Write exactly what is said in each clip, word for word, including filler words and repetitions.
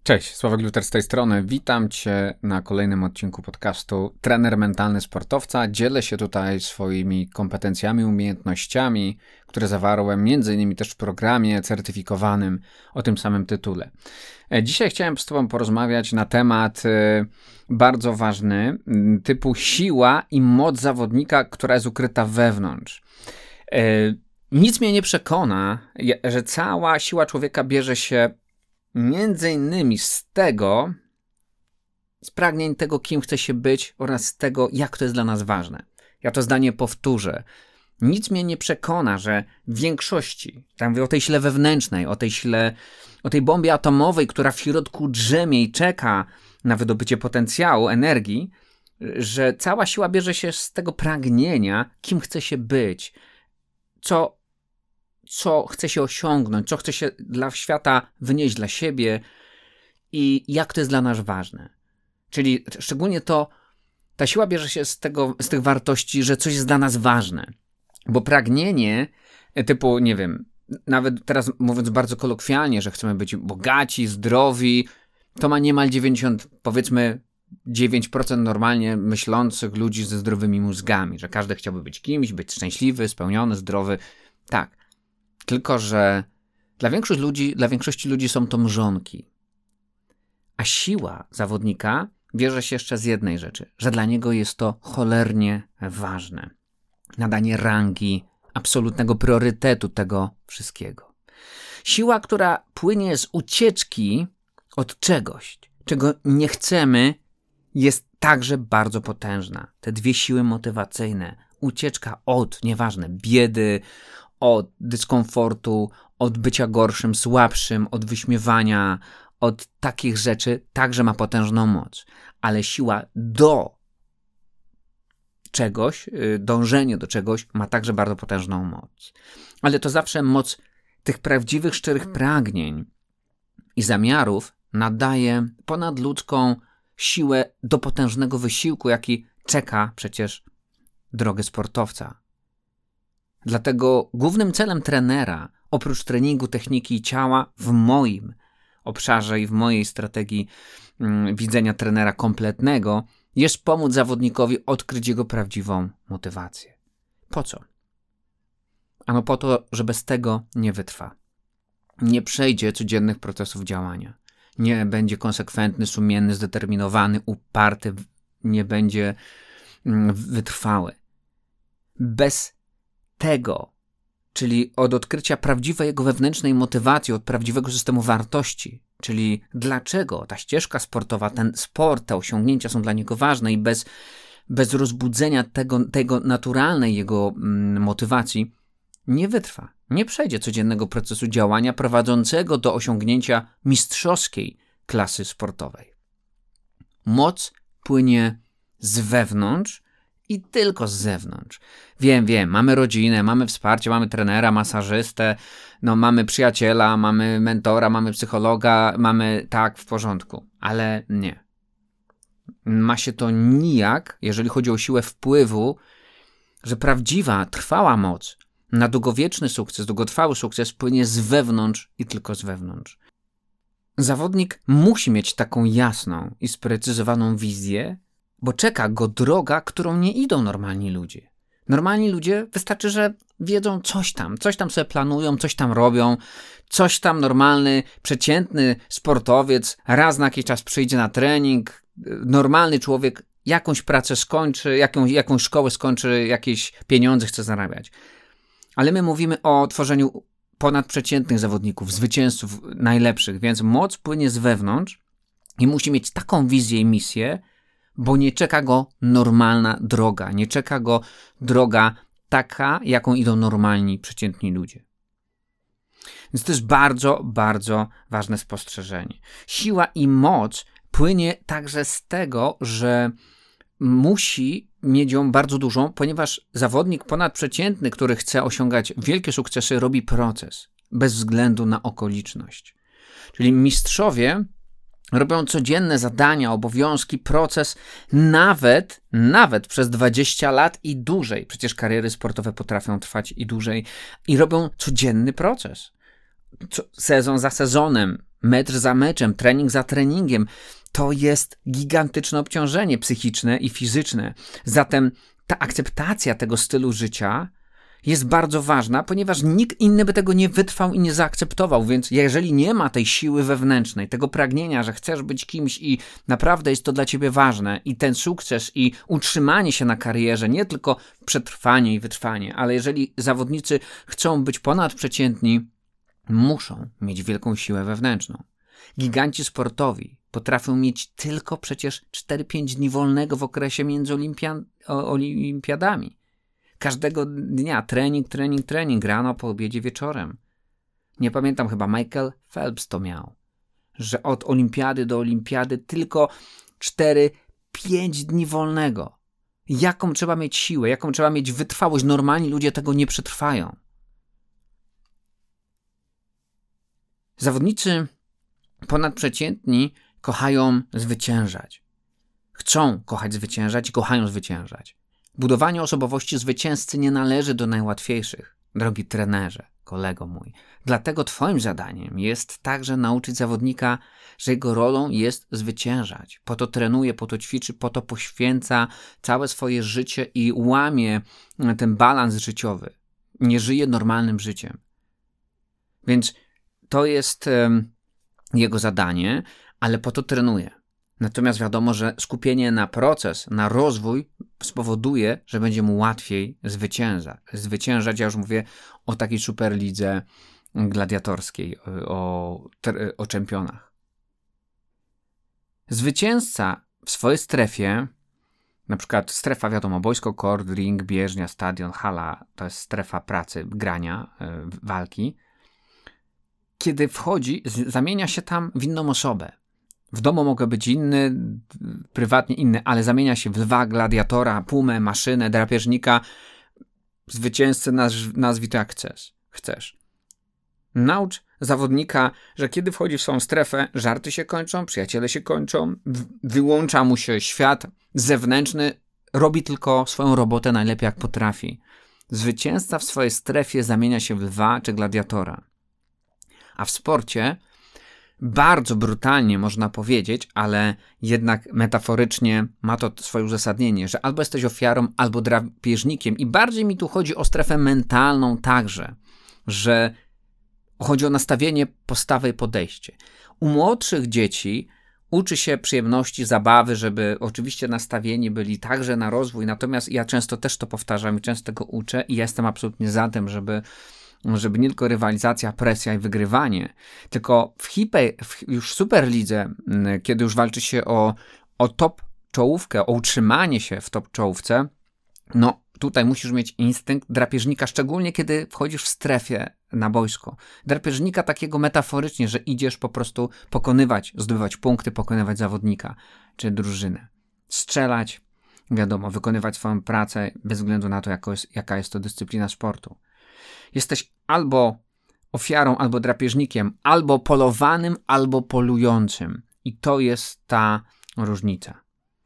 Cześć, Sławek Luter z tej strony. Witam Cię na kolejnym odcinku podcastu Trener Mentalny Sportowca. Dzielę się tutaj swoimi kompetencjami, umiejętnościami, które zawarłem między innymi też w programie certyfikowanym o tym samym tytule. Dzisiaj chciałem z Tobą porozmawiać na temat bardzo ważny, typu siła i moc zawodnika, która jest ukryta wewnątrz. Nic mnie nie przekona, że cała siła człowieka bierze się między innymi z tego, z pragnień tego, kim chce się być oraz z tego, jak to jest dla nas ważne. Ja to zdanie powtórzę. Nic mnie nie przekona, że w większości, tam mówię o tej sile wewnętrznej, o tej sile, o tej bombie atomowej, która w środku drzemie i czeka na wydobycie potencjału, energii, że cała siła bierze się z tego pragnienia, kim chce się być, co co chce się osiągnąć, co chce się dla świata wynieść dla siebie i jak to jest dla nas ważne. Czyli szczególnie to, ta siła bierze się z tego, z tych wartości, że coś jest dla nas ważne. Bo pragnienie typu, nie wiem, nawet teraz mówiąc bardzo kolokwialnie, że chcemy być bogaci, zdrowi, to ma niemal dziewięćdziesiąt, powiedzmy dziewięć procent normalnie myślących ludzi ze zdrowymi mózgami, że każdy chciałby być kimś, być szczęśliwy, spełniony, zdrowy. Tak. Tylko że dla większości ludzi, dla większości ludzi są to mrzonki. A siła zawodnika bierze się jeszcze z jednej rzeczy, że dla niego jest to cholernie ważne. Nadanie rangi, absolutnego priorytetu tego wszystkiego. Siła, która płynie z ucieczki od czegoś, czego nie chcemy, jest także bardzo potężna. Te dwie siły motywacyjne. Ucieczka od, nieważne, biedy, od dyskomfortu, od bycia gorszym, słabszym, od wyśmiewania, od takich rzeczy także ma potężną moc. Ale siła do czegoś, dążenie do czegoś ma także bardzo potężną moc. Ale to zawsze moc tych prawdziwych, szczerych pragnień i zamiarów nadaje ponadludzką siłę do potężnego wysiłku, jaki czeka przecież drogę sportowca. Dlatego głównym celem trenera, oprócz treningu techniki ciała, w moim obszarze i w mojej strategii mm, widzenia trenera kompletnego, jest pomóc zawodnikowi odkryć jego prawdziwą motywację. Po co? Ano po to, że bez tego nie wytrwa. Nie przejdzie codziennych procesów działania. Nie będzie konsekwentny, sumienny, zdeterminowany, uparty, nie będzie mm, wytrwały. Bez tego, czyli od odkrycia prawdziwej jego wewnętrznej motywacji, od prawdziwego systemu wartości, czyli dlaczego ta ścieżka sportowa, ten sport, te osiągnięcia są dla niego ważne i bez, bez rozbudzenia tego, tego naturalnej jego mm, motywacji nie wytrwa, nie przejdzie codziennego procesu działania prowadzącego do osiągnięcia mistrzowskiej klasy sportowej. Moc płynie z wewnątrz, i tylko z zewnątrz. Wiem, wiem, mamy rodzinę, mamy wsparcie, mamy trenera, masażystę, no mamy przyjaciela, mamy mentora, mamy psychologa, mamy tak, w porządku. Ale nie. Ma się to nijak, jeżeli chodzi o siłę wpływu, że prawdziwa, trwała moc na długowieczny sukces, długotrwały sukces płynie z wewnątrz i tylko z wewnątrz. Zawodnik musi mieć taką jasną i sprecyzowaną wizję, bo czeka go droga, którą nie idą normalni ludzie. Normalni ludzie wystarczy, że wiedzą coś tam, coś tam sobie planują, coś tam robią, coś tam normalny, przeciętny sportowiec raz na jakiś czas przyjdzie na trening, normalny człowiek jakąś pracę skończy, jakąś, jakąś szkołę skończy, jakieś pieniądze chce zarabiać. Ale my mówimy o tworzeniu ponadprzeciętnych zawodników, zwycięzców najlepszych, więc moc płynie z wewnątrz i musi mieć taką wizję i misję, bo nie czeka go normalna droga, nie czeka go droga taka, jaką idą normalni, przeciętni ludzie. Więc to jest bardzo, bardzo ważne spostrzeżenie. Siła i moc płynie także z tego, że musi mieć ją bardzo dużą, ponieważ zawodnik ponadprzeciętny, który chce osiągać wielkie sukcesy, robi proces bez względu na okoliczność. Czyli mistrzowie robią codzienne zadania, obowiązki, proces nawet, nawet przez dwadzieścia lat i dłużej. Przecież kariery sportowe potrafią trwać i dłużej. I robią codzienny proces. co, sezon za sezonem, mecz za meczem, trening za treningiem. To jest gigantyczne obciążenie psychiczne i fizyczne. Zatem ta akceptacja tego stylu życia jest bardzo ważna, ponieważ nikt inny by tego nie wytrwał i nie zaakceptował, więc jeżeli nie ma tej siły wewnętrznej, tego pragnienia, że chcesz być kimś i naprawdę jest to dla ciebie ważne i ten sukces i utrzymanie się na karierze, nie tylko przetrwanie i wytrwanie, ale jeżeli zawodnicy chcą być ponadprzeciętni, muszą mieć wielką siłę wewnętrzną. Giganci sportowi potrafią mieć tylko przecież cztery pięć dni wolnego w okresie między olimpiad- olimpiadami. Każdego dnia trening, trening, trening, rano, po obiedzie, wieczorem. Nie pamiętam, chyba Michael Phelps to miał, że od olimpiady do olimpiady tylko cztery pięć dni wolnego. Jaką trzeba mieć siłę, jaką trzeba mieć wytrwałość? Normalni ludzie tego nie przetrwają. Zawodnicy ponadprzeciętni kochają zwyciężać. Chcą kochać zwyciężać i kochają zwyciężać. Budowanie osobowości zwycięzcy nie należy do najłatwiejszych, drogi trenerze, kolego mój. Dlatego twoim zadaniem jest także nauczyć zawodnika, że jego rolą jest zwyciężać. Po to trenuje, po to ćwiczy, po to poświęca całe swoje życie i łamie ten balans życiowy. Nie żyje normalnym życiem. Więc to jest um, jego zadanie, ale po to trenuje. Natomiast wiadomo, że skupienie na proces, na rozwój spowoduje, że będzie mu łatwiej zwyciężać. Zwyciężać, ja już mówię o takiej superlidze gladiatorskiej, o, o czempionach. Zwycięzca w swojej strefie, na przykład strefa, wiadomo, boisko, kord, ring, bieżnia, stadion, hala, to jest strefa pracy, grania, walki. Kiedy wchodzi, zamienia się tam w inną osobę. W domu mogę być inny, prywatnie inny, ale zamienia się w lwa, gladiatora, pumę, maszynę, drapieżnika, zwycięzcę, nazw, nazwij to jak chcesz. chcesz. Naucz zawodnika, że kiedy wchodzi w swoją strefę, żarty się kończą, przyjaciele się kończą, wyłącza mu się świat zewnętrzny, robi tylko swoją robotę najlepiej jak potrafi. Zwycięzca w swojej strefie zamienia się w lwa czy gladiatora. A w sporcie bardzo brutalnie można powiedzieć, ale jednak metaforycznie ma to swoje uzasadnienie, że albo jesteś ofiarą, albo drapieżnikiem. I bardziej mi tu chodzi o strefę mentalną także, że chodzi o nastawienie, postawę i podejście. U młodszych dzieci uczy się przyjemności, zabawy, żeby oczywiście nastawieni byli także na rozwój, natomiast ja często też to powtarzam i często tego uczę i jestem absolutnie za tym, żeby żeby nie tylko rywalizacja, presja i wygrywanie, tylko w hiper, w już superlidze, kiedy już walczy się o, o top czołówkę, o utrzymanie się w top czołówce, no tutaj musisz mieć instynkt drapieżnika, szczególnie kiedy wchodzisz w strefie na boisko. Drapieżnika takiego metaforycznie, że idziesz po prostu pokonywać, zdobywać punkty, pokonywać zawodnika czy drużynę. Strzelać, wiadomo, wykonywać swoją pracę bez względu na to, jaka jest, jaka jest to dyscyplina sportu. Jesteś albo ofiarą, albo drapieżnikiem, albo polowanym, albo polującym. I to jest ta różnica.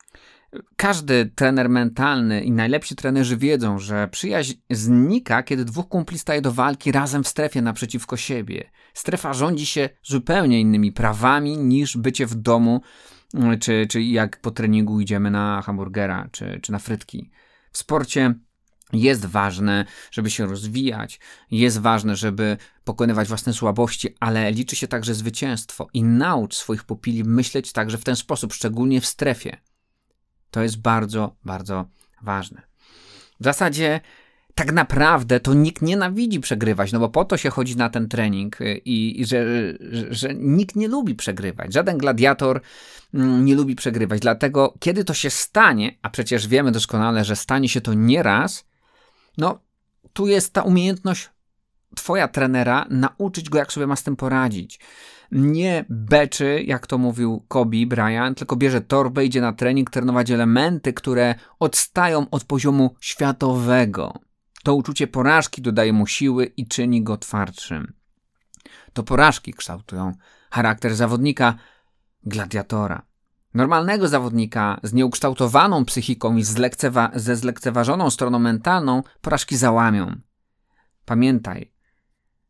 Każdy trener mentalny i najlepsi trenerzy wiedzą, że przyjaźń znika, kiedy dwóch kumpli staje do walki razem w strefie naprzeciwko siebie. Strefa rządzi się zupełnie innymi prawami niż bycie w domu, czy, czy jak po treningu idziemy na hamburgera, czy, czy na frytki. W sporcie jest ważne, żeby się rozwijać, jest ważne, żeby pokonywać własne słabości, ale liczy się także zwycięstwo i naucz swoich pupili myśleć także w ten sposób, szczególnie w strefie. To jest bardzo, bardzo ważne. W zasadzie tak naprawdę to nikt nienawidzi przegrywać, no bo po to się chodzi na ten trening i, i że, że, że nikt nie lubi przegrywać. Żaden gladiator nie lubi przegrywać, dlatego kiedy to się stanie, a przecież wiemy doskonale, że stanie się to nieraz, no tu jest ta umiejętność twoja trenera, nauczyć go, jak sobie ma z tym poradzić. Nie beczy, jak to mówił Kobe Bryant, tylko bierze torbę, idzie na trening, trenować elementy, które odstają od poziomu światowego. To uczucie porażki dodaje mu siły i czyni go twardszym. To porażki kształtują charakter zawodnika, gladiatora. Normalnego zawodnika z nieukształtowaną psychiką i zlekcewa- ze zlekceważoną stroną mentalną porażki załamią. Pamiętaj,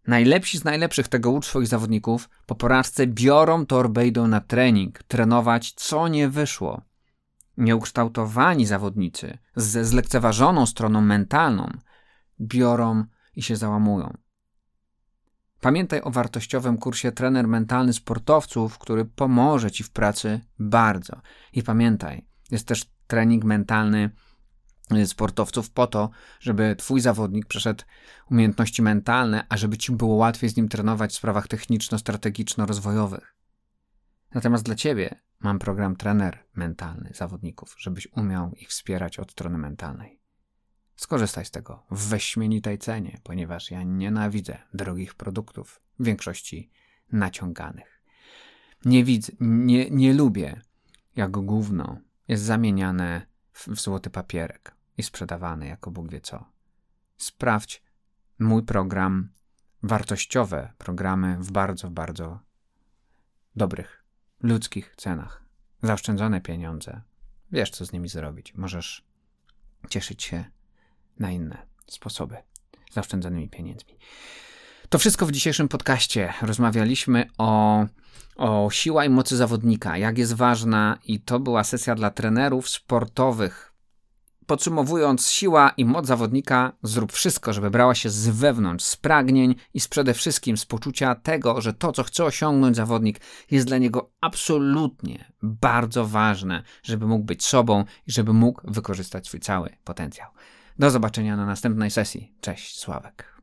Najlepsi z najlepszych tego ucz swoich zawodników po porażce biorą torbę, idą na trening, trenować, co nie wyszło. Nieukształtowani zawodnicy ze zlekceważoną stroną mentalną biorą i się załamują. Pamiętaj o wartościowym kursie Trener Mentalny Sportowców, który pomoże Ci w pracy bardzo. I pamiętaj, jest też trening mentalny sportowców po to, żeby Twój zawodnik przeszedł umiejętności mentalne, a żeby Ci było łatwiej z nim trenować w sprawach techniczno-strategiczno-rozwojowych. Natomiast dla Ciebie mam program Trener Mentalny Zawodników, żebyś umiał ich wspierać od strony mentalnej. Skorzystaj z tego w wyśmienitej cenie, ponieważ ja nienawidzę drogich produktów, w większości naciąganych. Nie widzę, nie, nie lubię, jak gówno jest zamieniane w, w złoty papierek i sprzedawane jako Bóg wie co. Sprawdź mój program, wartościowe programy w bardzo, bardzo dobrych, ludzkich cenach. Zaoszczędzone pieniądze. Wiesz, co z nimi zrobić. Możesz cieszyć się na inne sposoby zaoszczędzonymi pieniędzmi. To wszystko w dzisiejszym podcaście. Rozmawialiśmy o, o siła i mocy zawodnika, jak jest ważna, i to była sesja dla trenerów sportowych. Podsumowując, siła i moc zawodnika, zrób wszystko, żeby brała się z wewnątrz, z pragnień i z przede wszystkim z poczucia tego, że to, co chce osiągnąć zawodnik, jest dla niego absolutnie bardzo ważne, żeby mógł być sobą i żeby mógł wykorzystać swój cały potencjał. Do zobaczenia na następnej sesji. Cześć, Sławek.